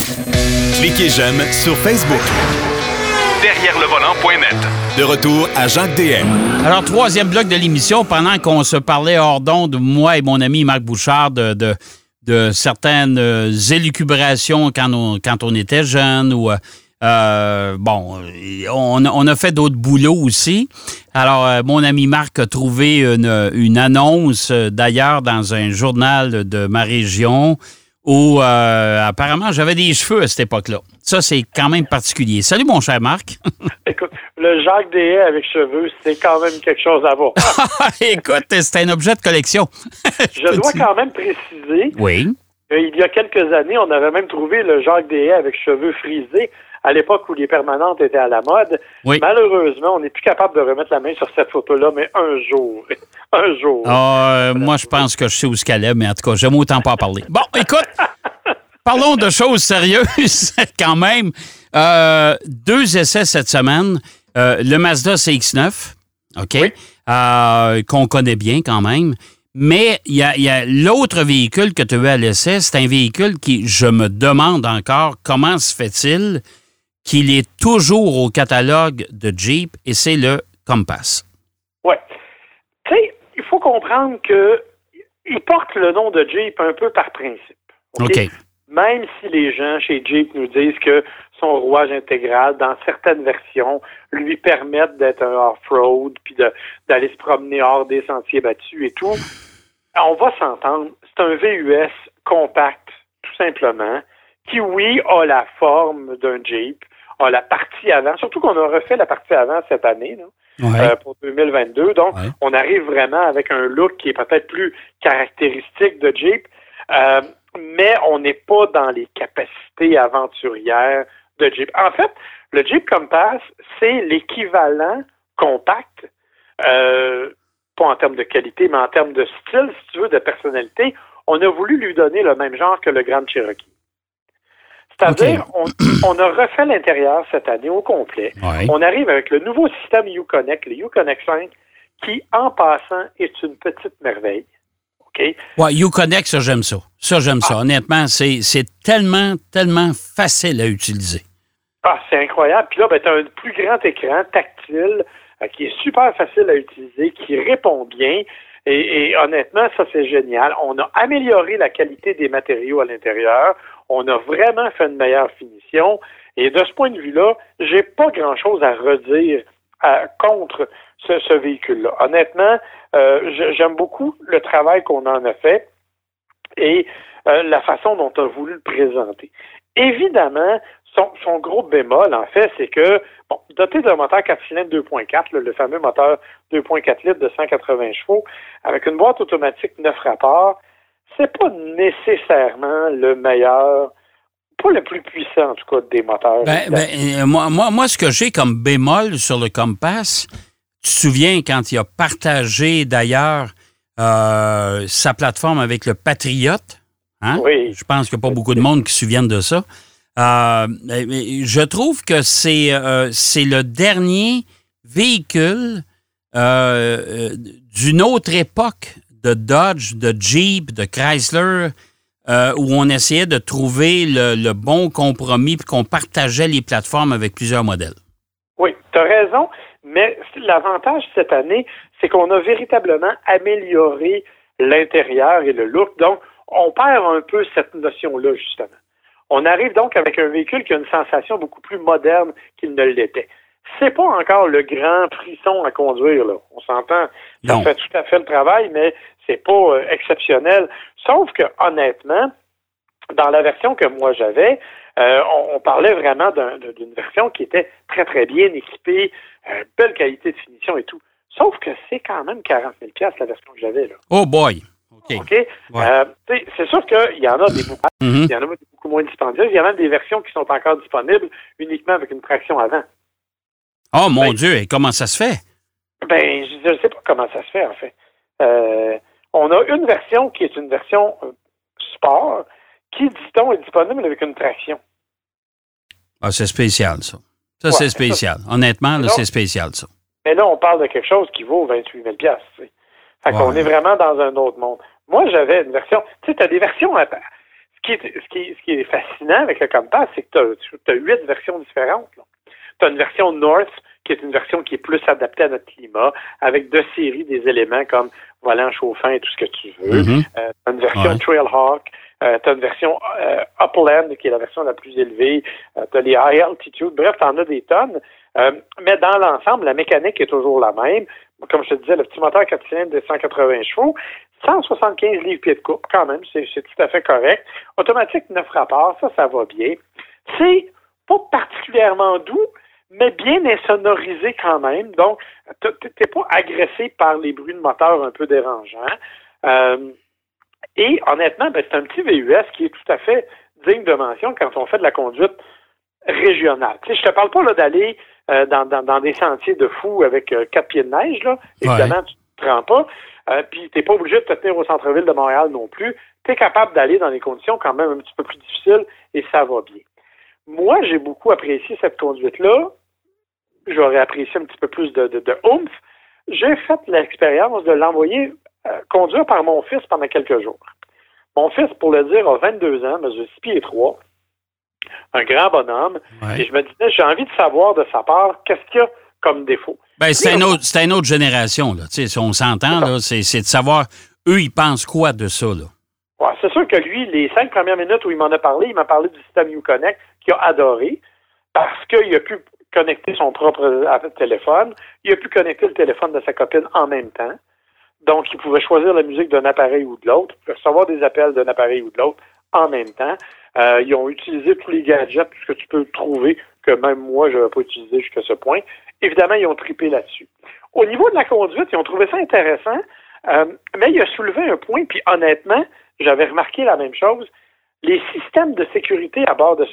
Cliquez j'aime sur Facebook. Derrière le volant.net. De retour à Jacques DM. Alors, troisième bloc de l'émission, pendant qu'on se parlait hors d'onde, moi et mon ami Marc Bouchard, de certaines élucubrations quand on était jeune ou... on a fait d'autres boulots aussi. Alors, mon ami Marc a trouvé une annonce, d'ailleurs, dans un journal de ma région où, apparemment, j'avais des cheveux à cette époque-là. Ça, c'est quand même particulier. Salut, mon cher Marc. Écoute, le Jacques Des avec cheveux, c'est quand même quelque chose à voir. Écoute, c'est un objet de collection. Je dois quand même préciser oui. qu'il y a quelques années, on avait même trouvé le Jacques Des avec cheveux frisés à l'époque où les permanentes étaient à la mode. Oui. Malheureusement, on n'est plus capable de remettre la main sur cette photo-là, mais un jour. Moi, je pense que je sais où ce qu'elle est, mais en tout cas, j'aime autant pas en parler. Bon, écoute, parlons de choses sérieuses quand même. 2 essais cette semaine. Le Mazda CX-9, OK, oui. Qu'on connaît bien quand même. Mais il y a l'autre véhicule que tu as eu à l'essai, c'est un véhicule qui, je me demande encore, comment se fait-il qu'il est toujours au catalogue de Jeep, et c'est le Compass. Oui. Tu sais, il faut comprendre qu'il porte le nom de Jeep un peu par principe. OK. Même si les gens chez Jeep nous disent que son rouage intégral, dans certaines versions, lui permettent d'être un off-road, puis d'aller se promener hors des sentiers battus et tout, on va s'entendre. C'est un VUS compact, tout simplement, qui, oui, a la forme d'un Jeep, a la partie avant, surtout qu'on a refait la partie avant cette année, là, pour 2022. Donc, on arrive vraiment avec un look qui est peut-être plus caractéristique de Jeep, mais on n'est pas dans les capacités aventurières de Jeep. En fait, le Jeep Compass, c'est l'équivalent compact, pas en termes de qualité, mais en termes de style, si tu veux, de personnalité. On a voulu lui donner le même genre que le Grand Cherokee. C'est-à-dire, on a refait l'intérieur cette année au complet. Ouais. On arrive avec le nouveau système Uconnect, le Uconnect 5, qui, en passant, est une petite merveille. OK? Oui, Uconnect, ça, j'aime ça. Ça, j'aime ça. Honnêtement, c'est tellement, tellement facile à utiliser. Ah, c'est incroyable. Puis là, tu as un plus grand écran tactile qui est super facile à utiliser, qui répond bien. Et honnêtement, ça, c'est génial. On a amélioré la qualité des matériaux à l'intérieur. On a vraiment fait une meilleure finition. Et de ce point de vue-là, j'ai pas grand-chose à redire contre ce véhicule-là. Honnêtement, j'aime beaucoup le travail qu'on en a fait et la façon dont on a voulu le présenter. Évidemment, son gros bémol, en fait, c'est que, doté d'un moteur 4 cylindres 2.4, le fameux moteur 2.4 litres de 180 chevaux, avec une boîte automatique 9 rapports, c'est pas nécessairement le meilleur, pas le plus puissant, en tout cas, des moteurs. Moi, ce que j'ai comme bémol sur le Compass, tu te souviens quand il a partagé, d'ailleurs, sa plateforme avec le Patriot? Hein? Oui. Je pense qu'il n'y a pas beaucoup de monde qui se souviennent de ça. Je trouve que c'est le dernier véhicule d'une autre époque de Dodge, de Jeep, de Chrysler, où on essayait de trouver le bon compromis puis qu'on partageait les plateformes avec plusieurs modèles. Oui, tu as raison, mais l'avantage cette année, c'est qu'on a véritablement amélioré l'intérieur et le look. Donc, on perd un peu cette notion-là, justement. On arrive donc avec un véhicule qui a une sensation beaucoup plus moderne qu'il ne l'était. C'est pas encore le grand frisson à conduire, là. On s'entend, ça fait tout à fait le travail, mais c'est pas exceptionnel. Sauf que, honnêtement, dans la version que moi j'avais, on parlait vraiment d'une version qui était très, très bien équipée, belle qualité de finition et tout. Sauf que c'est quand même 40 000 $ la version que j'avais, là. Oh boy! OK? Ouais. C'est sûr qu'il y en a des il y en a des beaucoup moins dispendieuses. Il y a même des versions qui sont encore disponibles uniquement avec une traction avant. Oh, mon Dieu! Et comment ça se fait? Je ne sais pas comment ça se fait, en fait. On a une version qui est une version sport qui, dit-on, est disponible avec une traction. Ah, c'est spécial, ça. Ça, c'est spécial. Honnêtement, là, c'est spécial, ça. Mais là, on parle de quelque chose qui vaut 28 000 $. Fait qu'on est vraiment dans un autre monde. Moi, j'avais une version... Tu sais, tu as des versions... Ce Ce qui est fascinant avec le Compass, c'est que tu as 8 versions différentes. Tu as une version North, qui est une version qui est plus adaptée à notre climat, avec 2 séries des éléments comme volant chauffant et tout ce que tu veux. Mm-hmm. Tu as une version Trailhawk, tu as une version Upland, qui est la version la plus élevée, tu as les High Altitude, bref, tu en as des tonnes. Mais dans l'ensemble, la mécanique est toujours la même. Comme je te disais, le petit moteur 4 cylindres de 180 chevaux, 175 livres-pieds de couple, quand même, c'est tout à fait correct. Automatique 9 rapports, ça va bien. C'est pas particulièrement doux, mais bien insonorisé quand même. Donc, t'es pas agressé par les bruits de moteur un peu dérangeants. Et honnêtement, c'est un petit VUS qui est tout à fait digne de mention quand on fait de la conduite régionale. Tu sais, je te parle pas là d'aller dans des sentiers de fou avec 4 pieds de neige, là. Évidemment, tu te rends pas. Puis t'es pas obligé de te tenir au centre-ville de Montréal non plus. Tu es capable d'aller dans des conditions quand même un petit peu plus difficiles et ça va bien. Moi, j'ai beaucoup apprécié cette conduite-là. J'aurais apprécié un petit peu plus de oomph. J'ai fait l'expérience de l'envoyer conduire par mon fils pendant quelques jours. Mon fils, pour le dire, a 22 ans, mesure 6 pieds 3, un grand bonhomme, et je me disais, j'ai envie de savoir de sa part, qu'est-ce qu'il y a comme défaut. C'est une autre génération, là. Tu sais, si on s'entend, là, c'est de savoir, eux, ils pensent quoi de ça, là? Ouais, c'est sûr que lui, les 5 premières minutes où il m'en a parlé, il m'a parlé du système Uconnect qu'il a adoré parce qu'il a pu connecter son propre téléphone, il a pu connecter le téléphone de sa copine en même temps. Donc, il pouvait choisir la musique d'un appareil ou de l'autre, recevoir des appels d'un appareil ou de l'autre en même temps. Ils ont utilisé tous les gadgets, tout ce que tu peux trouver, que même moi, je n'avais pas utilisé jusqu'à ce point. Évidemment, ils ont trippé là-dessus. Au niveau de la conduite, ils ont trouvé ça intéressant, mais il a soulevé un point, puis honnêtement, j'avais remarqué la même chose. Les systèmes de sécurité à bord de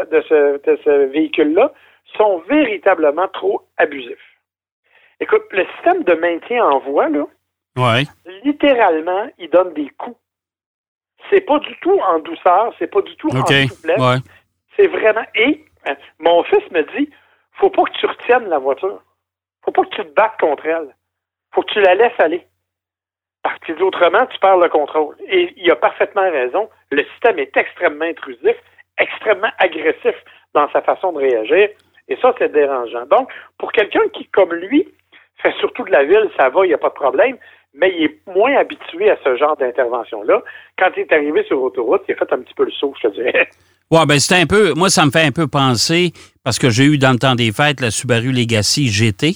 ce véhicule-là sont véritablement trop abusifs. Écoute, le système de maintien en voie, là, littéralement, il donne des coups. C'est pas du tout en douceur, c'est pas du tout en souplesse. Ouais. C'est vraiment... Et mon fils me dit, faut pas que tu retiennes la voiture. Faut pas que tu te battes contre elle. Faut que tu la laisses aller. Parce que autrement, tu perds le contrôle. Et il a parfaitement raison. Le système est extrêmement intrusif, extrêmement agressif dans sa façon de réagir. Et ça, c'est dérangeant. Donc, pour quelqu'un qui, comme lui, fait surtout de la ville, ça va, il n'y a pas de problème, mais il est moins habitué à ce genre d'intervention-là. Quand il est arrivé sur l'autoroute, il a fait un petit peu le saut, je te dirais. Ouais, ben c'est un peu... Moi, ça me fait un peu penser, parce que j'ai eu dans le temps des fêtes la Subaru Legacy GT.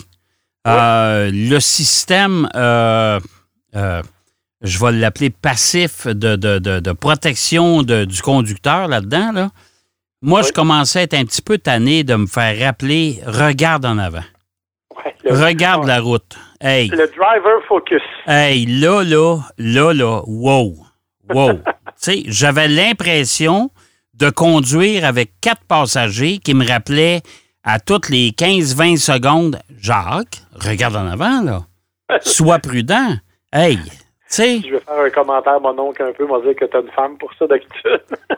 Le système... je vais l'appeler passif de protection du conducteur là-dedans. Là. Moi, je commençais à être un petit peu tanné de me faire rappeler « Regarde en avant. Regarde la route. » Hey. Le driver focus. Hey, là, wow. Tu sais, j'avais l'impression de conduire avec 4 passagers qui me rappelaient à toutes les 15-20 secondes « Jacques, regarde en avant, là. Sois prudent. » Hey, tu sais... Je vais faire un commentaire, mon oncle, un peu, m'a dit que t'as une femme pour ça d'habitude.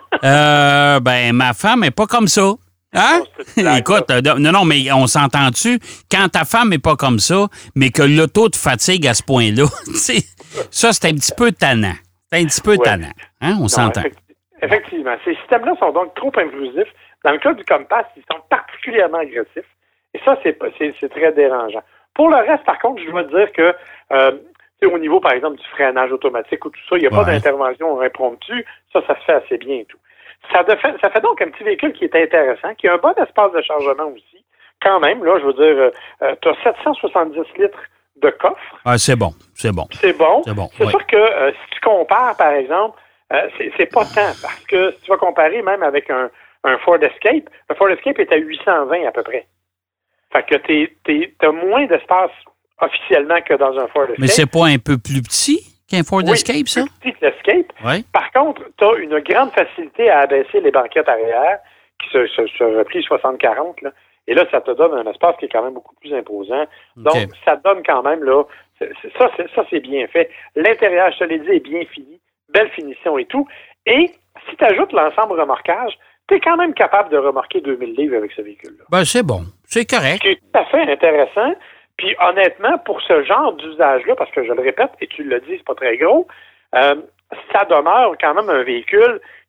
Ma femme n'est pas comme ça. Hein? Écoute, non, mais on s'entend-tu? Quand ta femme n'est pas comme ça, mais que l'auto te fatigue à ce point-là, ça, c'est un petit peu tannant. C'est un petit peu tannant. Hein? On s'entend. Effectivement. Ces systèmes-là sont donc trop intrusifs. Dans le cas du Compass, ils sont particulièrement agressifs. Et ça, c'est très dérangeant. Pour le reste, par contre, je dois dire que au niveau, par exemple, du freinage automatique ou tout ça, il n'y a pas d'intervention impromptue. Ça se fait assez bien et tout. Ça fait donc un petit véhicule qui est intéressant, qui a un bon espace de chargement aussi. Quand même, là, je veux dire, tu as 770 litres de coffre. Ah, c'est bon. C'est sûr que si tu compares, par exemple, c'est pas tant, parce que si tu vas comparer même avec un Ford Escape, le Ford Escape est à 820 à peu près. Fait que t'as moins d'espace officiellement que dans un Ford Escape. Mais c'est pas un peu plus petit qu'un Ford Escape, ça? Plus petit que l'Escape. Oui. Par contre, tu as une grande facilité à abaisser les banquettes arrière qui se replient 60-40. Là. Et là, ça te donne un espace qui est quand même beaucoup plus imposant. Donc, ça donne quand même, là, ça, c'est bien fait. L'intérieur, je te l'ai dit, est bien fini. Belle finition et tout. Et si tu ajoutes l'ensemble remorquage, tu es quand même capable de remorquer 2000 livres avec ce véhicule-là. Ben, c'est bon. C'est correct. Ce qui est tout à fait intéressant. Puis honnêtement, pour ce genre d'usage-là, parce que je le répète, et tu l'as dit, c'est pas très gros, ça demeure quand même un véhicule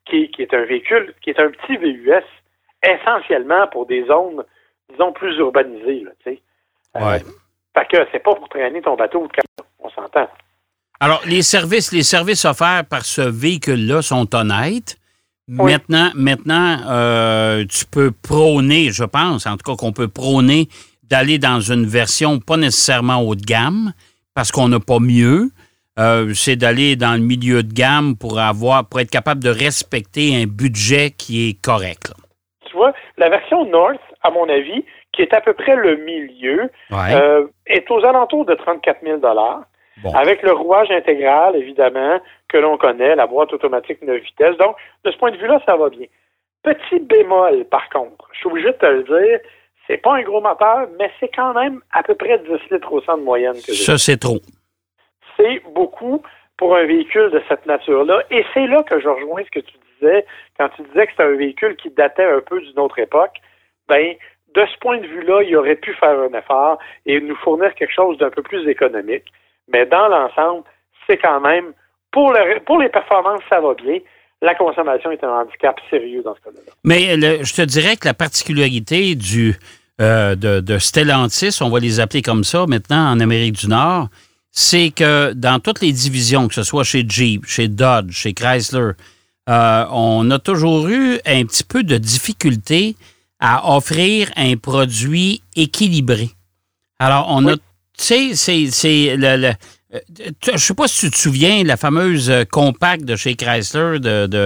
qui est un véhicule, qui est un petit VUS, essentiellement pour des zones, disons, plus urbanisées, là, tu sais. Ouais. Fait que c'est pas pour traîner ton bateau ou on s'entend. Alors, les services offerts par ce véhicule-là sont honnêtes. Oui. Maintenant, tu peux prôner, je pense, en tout cas qu'on peut prôner d'aller dans une version pas nécessairement haut de gamme, parce qu'on n'a pas mieux. C'est d'aller dans le milieu de gamme pour être capable de respecter un budget qui est correct, là. Tu vois, la version North, à mon avis, qui est à peu près le milieu, est aux alentours de 34 000 Bon. avec le rouage intégral, évidemment, que l'on connaît, la boîte automatique 9 vitesses. Donc, de ce point de vue-là, ça va bien. Petit bémol, par contre, je suis obligé de te le dire, c'est pas un gros moteur, mais c'est quand même à peu près 10 litres au 100 de moyenne que j'ai. Ça, c'est trop. C'est beaucoup pour un véhicule de cette nature-là. Et c'est là que je rejoins ce que tu disais, quand tu disais que c'était un véhicule qui datait un peu d'une autre époque. Ben, de ce point de vue-là, il aurait pu faire un effort et nous fournir quelque chose d'un peu plus économique. Mais dans l'ensemble, c'est quand même, pour les performances, ça va bien. La consommation est un handicap sérieux dans ce cas-là. Mais je te dirais que la particularité de Stellantis, on va les appeler comme ça maintenant en Amérique du Nord, c'est que dans toutes les divisions, que ce soit chez Jeep, chez Dodge, chez Chrysler, on a toujours eu un petit peu de difficulté à offrir un produit équilibré. Alors, on a, tu sais, c'est je sais pas si tu te souviens, la fameuse compacte de chez Chrysler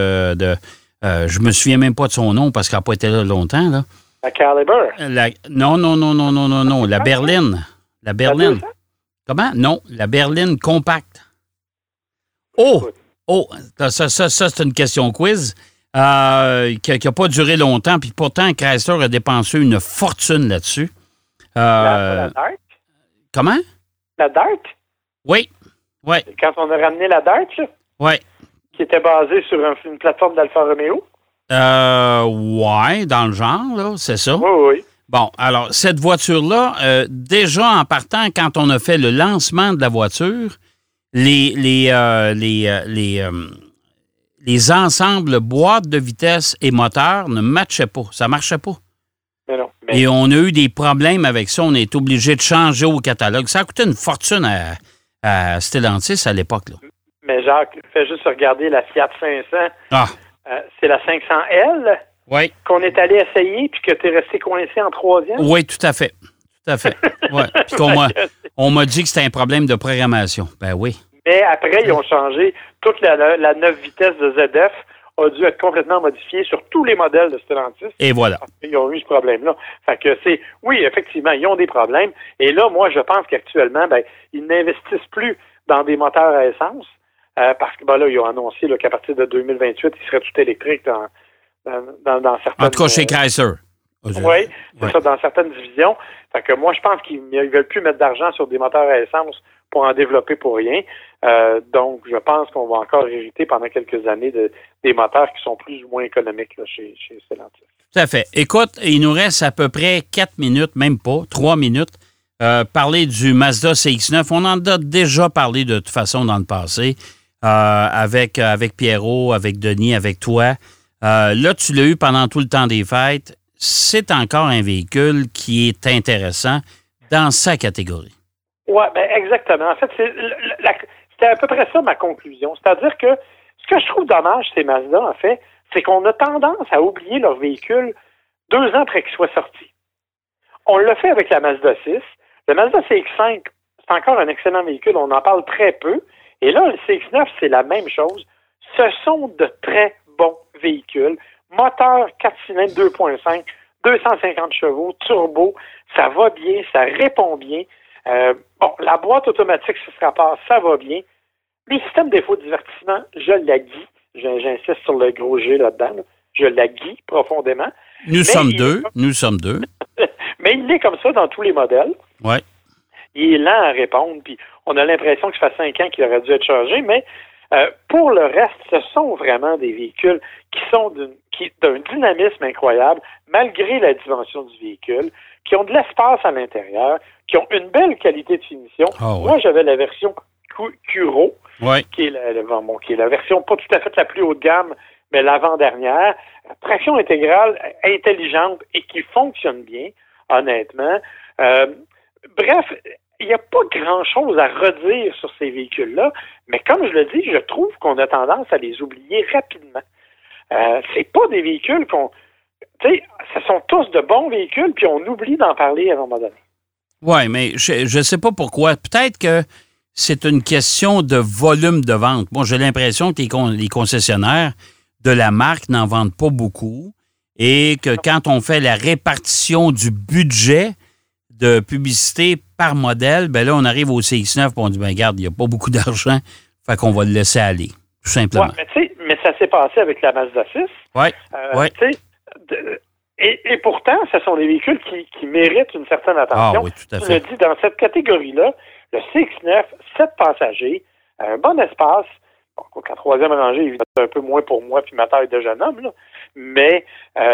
je me souviens même pas de son nom parce qu'elle n'a pas été là longtemps, là. La Caliber? Non, la berline. La berline. Comment? Non, la berline compacte. Oh, ça c'est une question quiz qui n'a pas duré longtemps, puis pourtant, Chrysler a dépensé une fortune là-dessus. La Dart? Comment? La Dart? Oui. Quand on a ramené la Dart, là? Oui. Qui était basée sur une plateforme d'Alfa Romeo? Ouais, dans le genre, là, c'est ça. Oui. Bon, alors, cette voiture-là, déjà en partant, quand on a fait le lancement de la voiture, les ensembles boîtes de vitesse et moteur ne matchaient pas. Ça ne marchait pas. Mais non. Et on a eu des problèmes avec ça. On est obligé de changer au catalogue. Ça a coûté une fortune à Stellantis à l'époque, là. Mais Jacques, fais juste regarder la Fiat 500. C'est la 500L qu'on est allé essayer puis que tu es resté coincé en troisième. Oui, tout à fait. Ouais. Puis on m'a dit que c'était un problème de programmation. Ben oui. Mais après, ils ont changé. Toute la 9 vitesses de ZF a dû être complètement modifiée sur tous les modèles de Stellantis. Et voilà. Ils ont eu ce problème-là. Fait que oui, effectivement, ils ont des problèmes. Et là, moi, je pense qu'actuellement, ils n'investissent plus dans des moteurs à essence. Parce que là, ils ont annoncé qu'à partir de 2028, ils seraient tout électriques dans certaines... En tout cas, chez Chrysler. Oui, c'est ça, dans certaines divisions. Fait que moi, je pense qu'ils ne veulent plus mettre d'argent sur des moteurs à essence pour en développer pour rien. Donc, je pense qu'on va encore hériter pendant quelques années des moteurs qui sont plus ou moins économiques là, chez Stellantis. Tout à fait. Écoute, il nous reste à peu près 4 minutes, même pas, 3 minutes, parler du Mazda CX-9. On en a déjà parlé de toute façon dans le passé. Avec Pierrot, avec Denis, avec toi. Là, tu l'as eu pendant tout le temps des fêtes. C'est encore un véhicule qui est intéressant dans sa catégorie. Oui, exactement. En fait, c'était à peu près ça ma conclusion. C'est-à-dire que ce que je trouve dommage, c'est Mazda, en fait, c'est qu'on a tendance à oublier leur véhicule 2 ans après qu'il soit sorti. On l'a fait avec la Mazda 6. Le Mazda CX-5, c'est encore un excellent véhicule. On en parle très peu. Et là, le CX-9, c'est la même chose. Ce sont de très bons véhicules. Moteur 4 cylindres 2.5, 250 chevaux, turbo, ça va bien, ça répond bien. La boîte automatique sur ce rapport, ça va bien. Le système défaut de divertissement, je la guie. J'insiste sur le gros G là-dedans. Là. Je la guie profondément. Nous sommes deux. Mais il est comme ça dans tous les modèles. Oui. Il est lent à répondre, puis on a l'impression que ça fait 5 ans qu'il aurait dû être changé, mais pour le reste, ce sont vraiment des véhicules qui sont d'un dynamisme incroyable, malgré la dimension du véhicule, qui ont de l'espace à l'intérieur, qui ont une belle qualité de finition. Moi, j'avais la version Kuro, qui est la version pas tout à fait la plus haut de gamme, mais l'avant-dernière, traction intégrale intelligente et qui fonctionne bien, honnêtement. Bref, il n'y a pas grand-chose à redire sur ces véhicules-là, mais comme je le dis, je trouve qu'on a tendance à les oublier rapidement. C'est pas des véhicules tu sais, ce sont tous de bons véhicules, puis on oublie d'en parler à un moment donné. Oui, mais je ne sais pas pourquoi. Peut-être que c'est une question de volume de vente. Moi, j'ai l'impression que les concessionnaires de la marque n'en vendent pas beaucoup et que quand on fait la répartition du budget de publicité par modèle, ben là, on arrive au CX-9 et on dit, ben regarde, il n'y a pas beaucoup d'argent, fait qu'on va le laisser aller, tout simplement. Ouais, mais tu sais, ça s'est passé avec la Mazda 6. Oui. Tu sais, et pourtant, ce sont des véhicules qui méritent une certaine attention. Ah oui, tout à fait. Tu l'as dit, dans cette catégorie-là, le CX-9, 7 passagers, un bon espace. Bon, la troisième rangée, évidemment, c'est un peu moins pour moi puis ma taille de jeune homme, là. Mais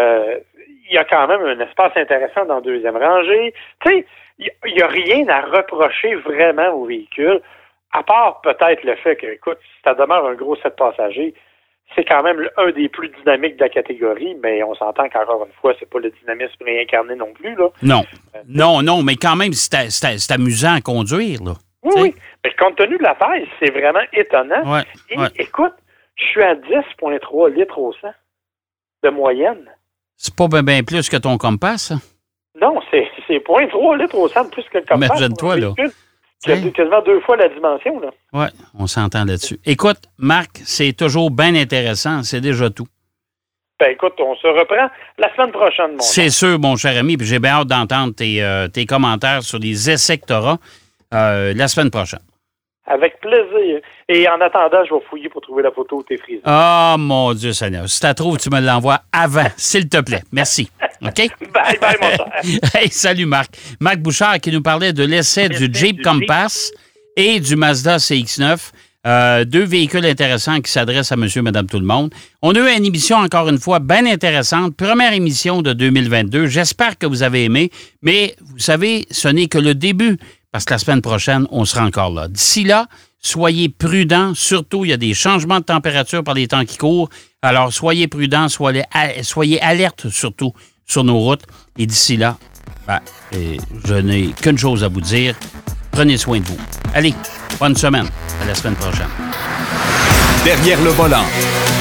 il y a quand même un espace intéressant dans la deuxième rangée. Tu sais, il n'y a rien à reprocher vraiment au véhicule, à part peut-être le fait que, écoute, si ça demeure un gros 7 passagers, c'est quand même un des plus dynamiques de la catégorie, mais on s'entend qu'encore une fois, c'est pas le dynamisme réincarné non plus, là. Non, mais quand même, c'est amusant à conduire, là. Oui, mais compte tenu de la taille, c'est vraiment étonnant. Ouais, écoute, je suis à 10,3 litres au 100 de moyenne. C'est pas bien plus que ton Compass, hein? Non, c'est 0,3 litres au 100 de plus que le Compass. Imagine-toi, là. C'est quasiment 2 fois la dimension, là. Oui, on s'entend là-dessus. Écoute, Marc, c'est toujours bien intéressant. C'est déjà tout. Ben écoute, on se reprend la semaine prochaine, mon C'est sûr, mon cher ami, puis j'ai bien hâte d'entendre tes commentaires sur les essais que tu auras la semaine prochaine. Avec plaisir. Et en attendant, je vais fouiller pour trouver la photo où t'es frisé. Ah, mon Dieu Seigneur. Si tu la trouves, tu me l'envoies avant, s'il te plaît. Merci. OK? Bye, mon cher. Hey, salut, Marc. Marc Bouchard qui nous parlait de l'essai du Jeep Compass et du Mazda CX-9. Deux véhicules intéressants qui s'adressent à monsieur, madame, tout le monde. On a eu une émission, encore une fois, bien intéressante. Première émission de 2022. J'espère que vous avez aimé. Mais vous savez, ce n'est que le début. Parce que la semaine prochaine, on sera encore là. D'ici là, soyez prudents. Surtout, il y a des changements de température par les temps qui courent. Alors, soyez prudents, soyez alertes surtout sur nos routes. Et d'ici là, je n'ai qu'une chose à vous dire. Prenez soin de vous. Allez, bonne semaine. À la semaine prochaine. Derrière le volant.